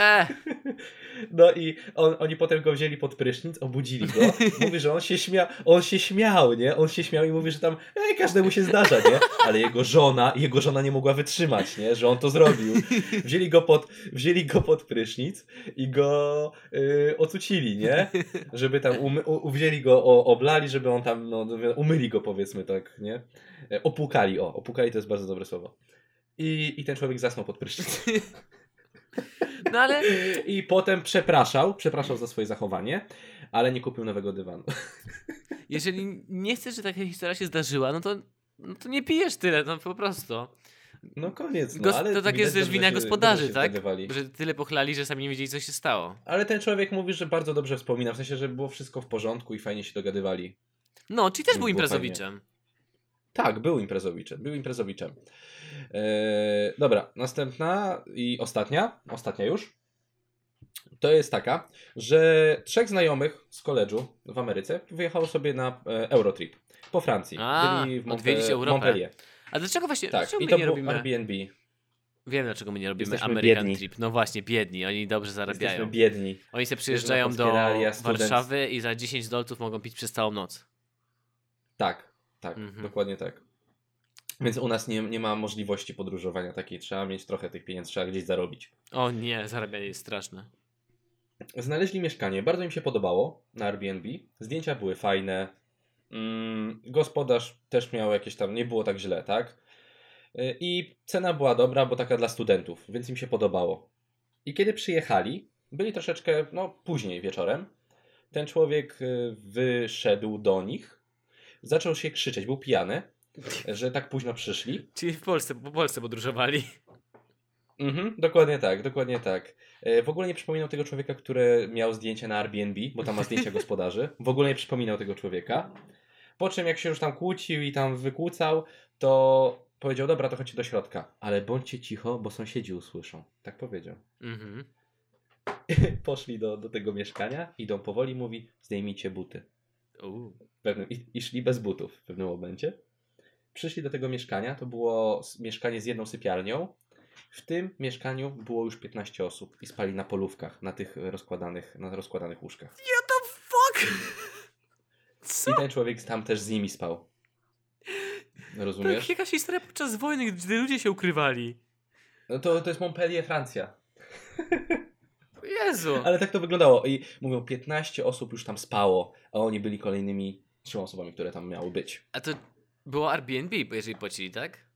No i oni potem go wzięli pod prysznic, obudzili go. Mówi, że on się śmiał, nie? On się śmiał i mówi, że tam każdemu się zdarza, nie? Ale jego żona nie mogła wytrzymać, nie? Że on to zrobił. Wzięli go pod prysznic i go ocucili, nie? Żeby tam wzięli go, oblali, żeby on tam, no, umyli go, powiedzmy tak, nie? Opłukali to jest bardzo dobre słowo. I ten człowiek zasnął pod prysznic. No ale... I potem przepraszał za swoje zachowanie, ale nie kupił nowego dywanu. Jeżeli nie chcesz, że taka historia się zdarzyła, no to nie pijesz tyle, no po prostu. No koniec, no, ale to tak jest też wina gospodarzy, tak? Zgadywali. Że tyle pochlali, że sami nie wiedzieli, co się stało. Ale ten człowiek mówi, że bardzo dobrze wspomina, w sensie, że było wszystko w porządku i fajnie się dogadywali. No, czyli też był Było imprezowiczem. Tak, był imprezowiczem. Dobra, następna i ostatnia już. To jest taka, że 3 znajomych z koledżu w Ameryce wyjechało sobie na Eurotrip po Francji. Byli w odwiedzić Europę. Montpellier. A dlaczego właśnie, Tak, dlaczego i my to nie był robimy... Airbnb. Wiem, dlaczego my nie robimy Jesteśmy American biedni. Trip. No właśnie, biedni. Oni dobrze zarabiają. Jesteśmy biedni. Oni sobie przyjeżdżają do konspiralia, student. Warszawy i za $10 mogą pić przez całą noc. Tak, Mhm. dokładnie tak. Więc u nas nie ma możliwości podróżowania takiej. Trzeba mieć trochę tych pieniędzy, trzeba gdzieś zarobić. O nie, zarabianie jest straszne. Znaleźli mieszkanie, bardzo im się podobało na Airbnb. Zdjęcia były fajne. Gospodarz też miał jakieś tam, nie było tak źle, tak? I cena była dobra, bo taka dla studentów, więc im się podobało. I kiedy przyjechali, byli troszeczkę, później wieczorem, ten człowiek wyszedł do nich, zaczął się krzyczeć, był pijany, że tak późno przyszli. Czyli po Polsce podróżowali. Dokładnie tak. W ogóle nie przypominał tego człowieka, który miał zdjęcia na Airbnb, bo tam ma zdjęcia gospodarzy. W ogóle nie przypominał tego człowieka. Po czym jak się już tam kłócił i tam wykłócał, to powiedział, dobra, to chodźcie do środka. Ale bądźcie cicho, bo sąsiedzi usłyszą. Tak powiedział. Mhm. Poszli do tego mieszkania, idą powoli, mówi, zdejmijcie buty. I szli bez butów w pewnym momencie. Przyszli do tego mieszkania, to było mieszkanie z jedną sypialnią. W tym mieszkaniu było już 15 osób i spali na polówkach, na tych rozkładanych łóżkach. What the fuck? Co? I ten człowiek tam też z nimi spał. Rozumiesz? Tak, jakaś historia podczas wojny, gdy ludzie się ukrywali. No to jest Montpellier, Francja. Jezu. Ale tak to wyglądało. I mówią, 15 osób już tam spało, a oni byli kolejnymi 3 osobami, które tam miały być. A to było Airbnb, jeżeli płacili, tak?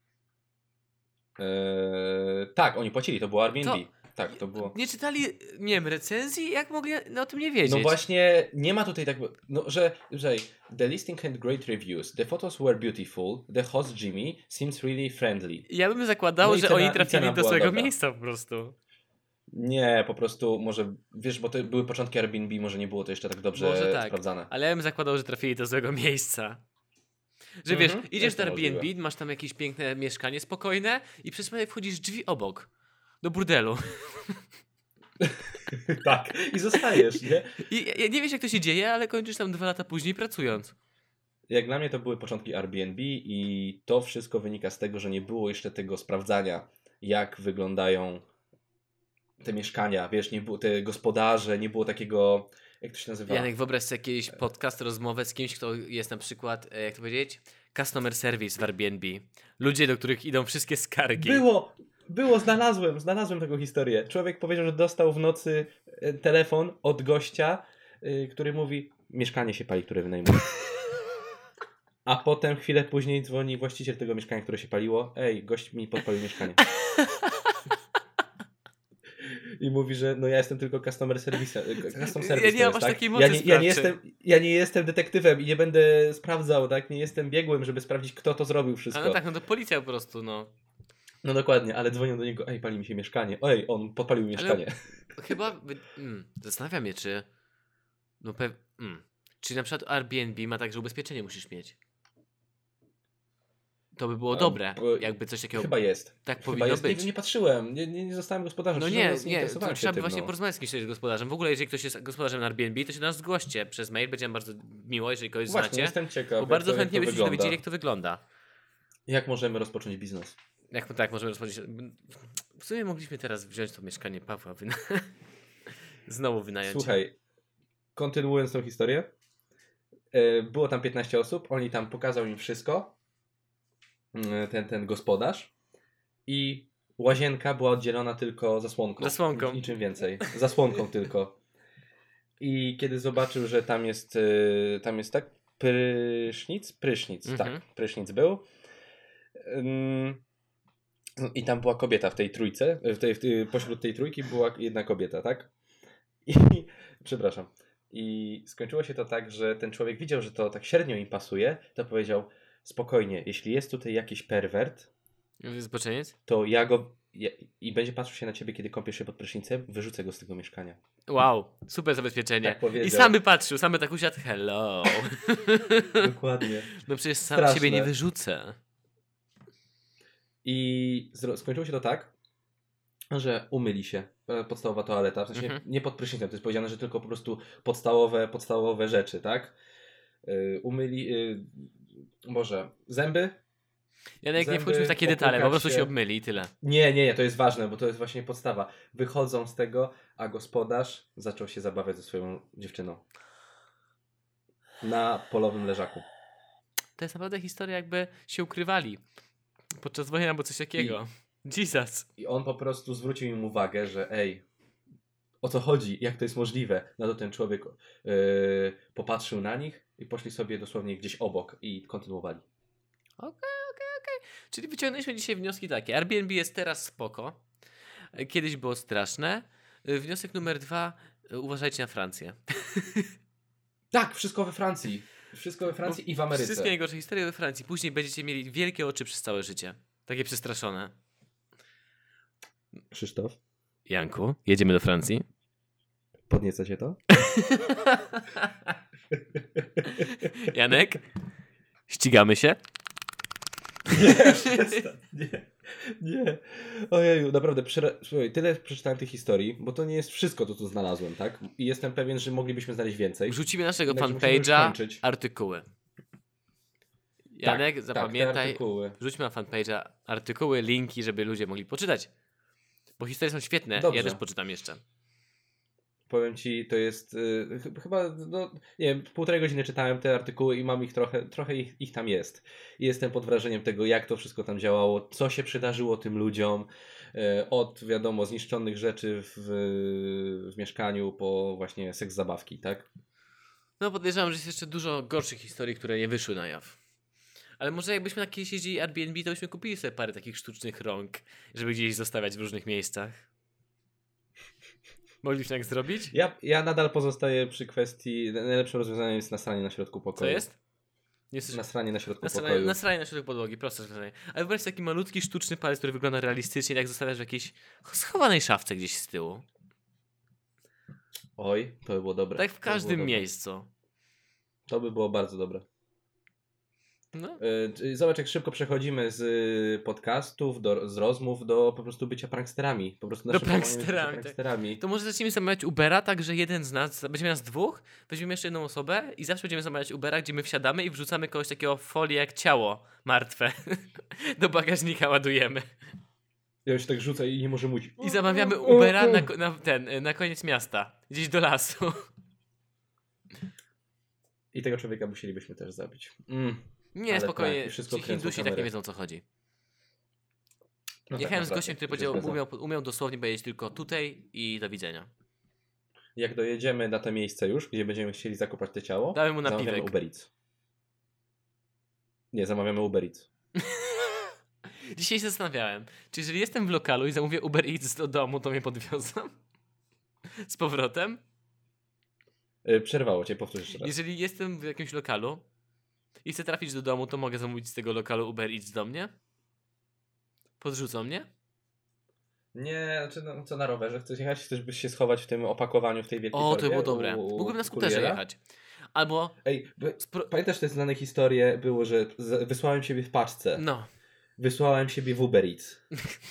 Tak, oni płacili, to było Airbnb. To- Tak, to było. Nie czytali, nie wiem, recenzji? Jak mogli o tym nie wiedzieć? No właśnie, nie ma tutaj tak, no, że the listing had great reviews, the photos were beautiful, the host Jimmy seems really friendly. Ja bym zakładał, No i że cena- oni i trafili cena do była swojego dobra. miejsca po prostu. Nie, po prostu może, wiesz, bo to były początki Airbnb, może nie było to jeszcze tak dobrze Może tak. sprawdzane. Ale ja bym zakładał, że trafili do złego miejsca. Że wiesz, idziesz jest do to Airbnb, możliwe. masz tam jakieś piękne mieszkanie, spokojne i przez chwilę wchodzisz drzwi obok. Do burdelu. Tak, i zostajesz, nie? I nie wiesz jak to się dzieje, ale kończysz tam 2 lata później pracując. Jak dla mnie to były początki Airbnb i to wszystko wynika z tego, że nie było jeszcze tego sprawdzania, jak wyglądają te mieszkania, wiesz, nie było te gospodarze, nie było takiego, jak to się nazywa? Janek, wyobraź sobie jakiś podcast, rozmowę z kimś, kto jest na przykład, jak to powiedzieć, customer service w Airbnb. Ludzie, do których idą wszystkie skargi. Było, znalazłem taką historię. Człowiek powiedział, że dostał w nocy telefon od gościa, który mówi, mieszkanie się pali, które wynajmuje. A potem chwilę później dzwoni właściciel tego mieszkania, które się paliło. Ej, gość mi podpalił mieszkanie. I mówi, że no ja jestem tylko customer service. Custom service Ja nie mam to aż jest, takiej mocy ja nie jestem detektywem i nie będę sprawdzał, tak? Nie jestem biegłym, żeby sprawdzić, kto to zrobił wszystko. A no tak, no to policja po prostu, no. No dokładnie, ale dzwonią do niego, ej, pali mi się mieszkanie. Ej, on podpalił mi mieszkanie. Chyba, zastanawiam się, czy czy na przykład Airbnb ma tak, że ubezpieczenie musisz mieć. To by było dobre, jakby coś takiego. Chyba jest. Tak Chyba powinno jest. być. Nie patrzyłem, nie zostałem gospodarzem. No Szczerze nie, mówiąc, to interesowałem trzeba się by tym, właśnie no. porozmawiać z kimś, kto jest gospodarzem. W ogóle, jeżeli ktoś jest gospodarzem na Airbnb, to się do nas zgłoście przez mail, będzie nam bardzo miło, jeżeli kogoś Właśnie, znacie. jestem ciekaw. Bo jak bardzo to chętnie byśmy się wygląda. dowiedzieli, jak to wygląda. Jak możemy rozpocząć biznes? Jak tak możemy rozpocząć. W sumie mogliśmy teraz wziąć to mieszkanie Pawła, znowu wynająć. Słuchaj, kontynuując tą historię, było tam 15 osób, oni tam pokazał im wszystko, ten gospodarz, i łazienka była oddzielona tylko zasłonką. Zasłonką. Niczym więcej. Zasłonką tylko. I kiedy zobaczył, że tam jest tak, prysznic, tak, prysznic był. I tam była kobieta w tej trójce, pośród tej trójki była jedna kobieta, tak? I przepraszam. I skończyło się to tak, że ten człowiek widział, że to tak średnio im pasuje, to powiedział, spokojnie, jeśli jest tutaj jakiś perwert, Zboczeniec? to i będzie patrzył się na ciebie, kiedy kąpiesz się pod prysznicem, wyrzucę go z tego mieszkania. Wow, super zabezpieczenie. Tak powiedział. I sam by patrzył, sam by tak usiadł, hello. Dokładnie. No przecież sam Straszne. siebie nie wyrzucę. I skończyło się to tak, że umyli się. Podstawowa toaleta, w sensie nie pod prysznicem, to jest powiedziane, że tylko po prostu podstawowe rzeczy, tak? Umyli, zęby. Janek, nie Zęby, wchodźmy w takie detale, po prostu popłukać się się. obmyli i tyle. Nie, to jest ważne, bo to jest właśnie podstawa. Wychodzą z tego, a gospodarz zaczął się zabawiać ze swoją dziewczyną. Na polowym leżaku. To jest naprawdę historia, jakby się ukrywali podczas wojny albo coś takiego. Jesus. I on po prostu zwrócił im uwagę, że ej, o co chodzi, jak to jest możliwe. Na to ten człowiek popatrzył na nich i poszli sobie dosłownie gdzieś obok i kontynuowali. Okej. Czyli wyciągnęliśmy dzisiaj wnioski takie. Airbnb jest teraz spoko. Kiedyś było straszne. Wniosek numer 2. Uważajcie na Francję. Tak, wszystko we Francji. Wszystko we Francji i w Ameryce. Wszystkie najgorsze historie we Francji. Później będziecie mieli wielkie oczy przez całe życie. Takie przestraszone. Krzysztof, Janku, jedziemy do Francji? podnieca się to? Janek? Ścigamy się? Nie. Ojeju, naprawdę, słuchaj, tyle przeczytałem tych historii, bo to nie jest wszystko, to co znalazłem, tak? I jestem pewien, że moglibyśmy znaleźć więcej. Wrzucimy naszego Także musimy już fanpage'a kończyć. artykuły. Janek, Tak, zapamiętaj, te artykuły. wrzućmy na fanpage'a artykuły, linki, żeby ludzie mogli poczytać. Bo historie są świetne, Dobrze. ja też poczytam jeszcze. Powiem ci, to jest chyba, no nie wiem, 1,5 godziny czytałem te artykuły i mam ich trochę ich tam jest. I jestem pod wrażeniem tego, jak to wszystko tam działało, co się przydarzyło tym ludziom, od wiadomo zniszczonych rzeczy w mieszkaniu po właśnie seks zabawki, tak? No podejrzewam, że jest jeszcze dużo gorszych historii, które nie wyszły na jaw. Ale może jakbyśmy na kiedyś jeździli Airbnb, to byśmy kupili sobie parę takich sztucznych rąk, żeby gdzieś zostawiać w różnych miejscach. Moglibyśmy tak zrobić? Ja nadal pozostaję przy kwestii, najlepszym rozwiązaniem jest nasranie na środku pokoju. Co jest? Jesteś... Nasranie na środku pokoju. Nasranie na środek podłogi, proste rozwiązanie. Ale wyobraź taki malutki, sztuczny palec, który wygląda realistycznie, tak zostawiasz w jakiejś schowanej szafce gdzieś z tyłu. Oj, to by było dobre. Tak w każdym miejscu. To by było bardzo dobre. No. Zobacz, jak szybko przechodzimy z podcastów, z rozmów do po prostu bycia pranksterami. Po prostu Do pranksterami. To może zacznijmy zamawiać Ubera, tak że jeden z nas, będziemy nas dwóch, weźmiemy jeszcze jedną osobę i zawsze będziemy zamawiać Ubera, gdzie my wsiadamy i wrzucamy kogoś takiego w folię jak ciało martwe. Do bagażnika ładujemy. Ja już tak rzucę i nie może mówić. I zamawiamy Ubera na koniec miasta. Gdzieś do lasu. I tego człowieka musielibyśmy też zabić. Nie, ale spokojnie. tak, wszystko Ci Hindusi tak nie kamerę. wiedzą, o co chodzi. No Jechałem tak z gościem, który naprawdę, powiedział, umiał dosłownie powiedzieć tylko tutaj i do widzenia. Jak dojedziemy na to miejsce już, gdzie będziemy chcieli zakopać te ciało, Dałem mu zamawiamy napiwek. Uber Eats. Nie, zamawiamy Uber Eats. Dzisiaj się zastanawiałem, czy jeżeli jestem w lokalu i zamówię Uber Eats do domu, to mnie podwiozą? Z powrotem? Przerwało cię, powtórz jeszcze raz. Jeżeli jestem w jakimś lokalu i chcę trafić do domu, to mogę zamówić z tego lokalu Uber Eats do mnie? Podrzucą mnie? Nie, znaczy no, co na rowerze? Chcesz jechać? Chcesz byś się schować w tym opakowaniu, w tej wielkiej O, to torbie było dobre. Mógłbym na skuterze kuriera? jechać. Albo... Ej, pamiętasz te znane historie? Było, że wysłałem siebie w paczce. No. Wysłałem siebie w Uber Eats.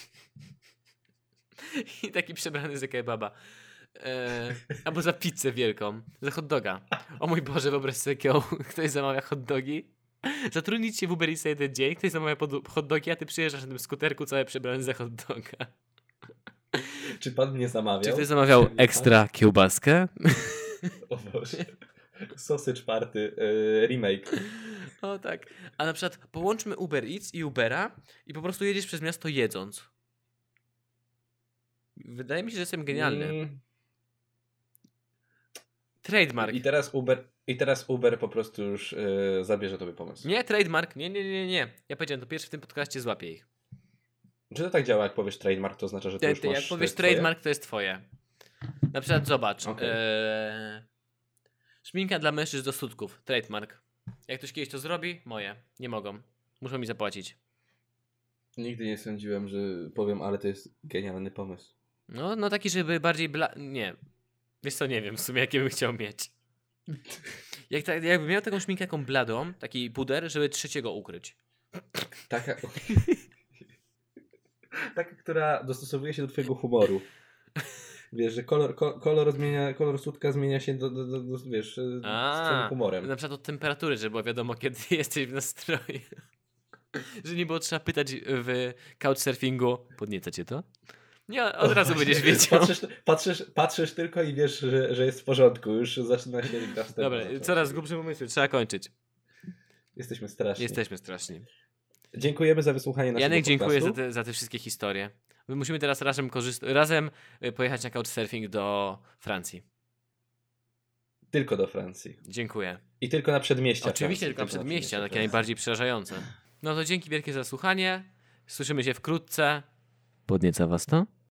I taki przebrany za kebaba. Albo za pizzę wielką. Za hot doga. O mój Boże, wyobraź sobie, ktoś zamawia hot dogi. Zatrudnić się w Uber Eats na jeden dzień, ktoś zamawia hot dogi, a ty przyjeżdżasz na tym skuterku cały przebrany za hot doga. Czy pan mnie zamawiał? Czy ktoś zamawiał ekstra kiełbaskę? O Boże. Sausage Party remake. O tak. A na przykład połączmy Uber Eats i Ubera i po prostu jedziesz przez miasto jedząc. Wydaje mi się, że jestem genialny. Trademark. I teraz Uber po prostu już zabierze tobie pomysł. Nie, trademark. Nie. Ja powiedziałem, to pierwszy w tym podcaście złapię ich. Czy to tak działa, jak powiesz trademark, to oznacza, że to już masz... Jak powiesz to jest trademark, to jest twoje. Na przykład zobacz. Okay. Szminka dla mężczyzn do sutków. Trademark. Jak ktoś kiedyś to zrobi, moje. Nie mogą. Muszą mi zapłacić. Nigdy nie sądziłem, że powiem, ale to jest genialny pomysł. No taki, żeby bardziej nie. Wiesz co, nie wiem w sumie, jakie bym chciał mieć. Jakbym miał taką szminkę jaką bladą, taki puder, żeby trzeciego ukryć. Taka, która dostosowuje się do twojego humoru. Wiesz, że kolor sutka zmienia się do wiesz, z twoim humorem. Na przykład od temperatury, żeby było wiadomo, kiedy jesteś w nastroju. Że nie było trzeba pytać w couchsurfingu, podnieca cię to? Nie, od razu będziesz wiedział. Patrzysz tylko i wiesz, że jest w porządku. Już zaczyna się... Dobra, coraz głupsze pomysły. Trzeba kończyć. Jesteśmy straszni. Dziękujemy za wysłuchanie naszego Janek, podcastu. dziękuję za te wszystkie historie. My musimy teraz razem pojechać na couchsurfing do Francji. Tylko do Francji. Dziękuję. I tylko na przedmieścia. Oczywiście tylko na przedmieścia, takie najbardziej przerażające. No to dzięki wielkie za słuchanie. Słyszymy się wkrótce. Podnieca was to?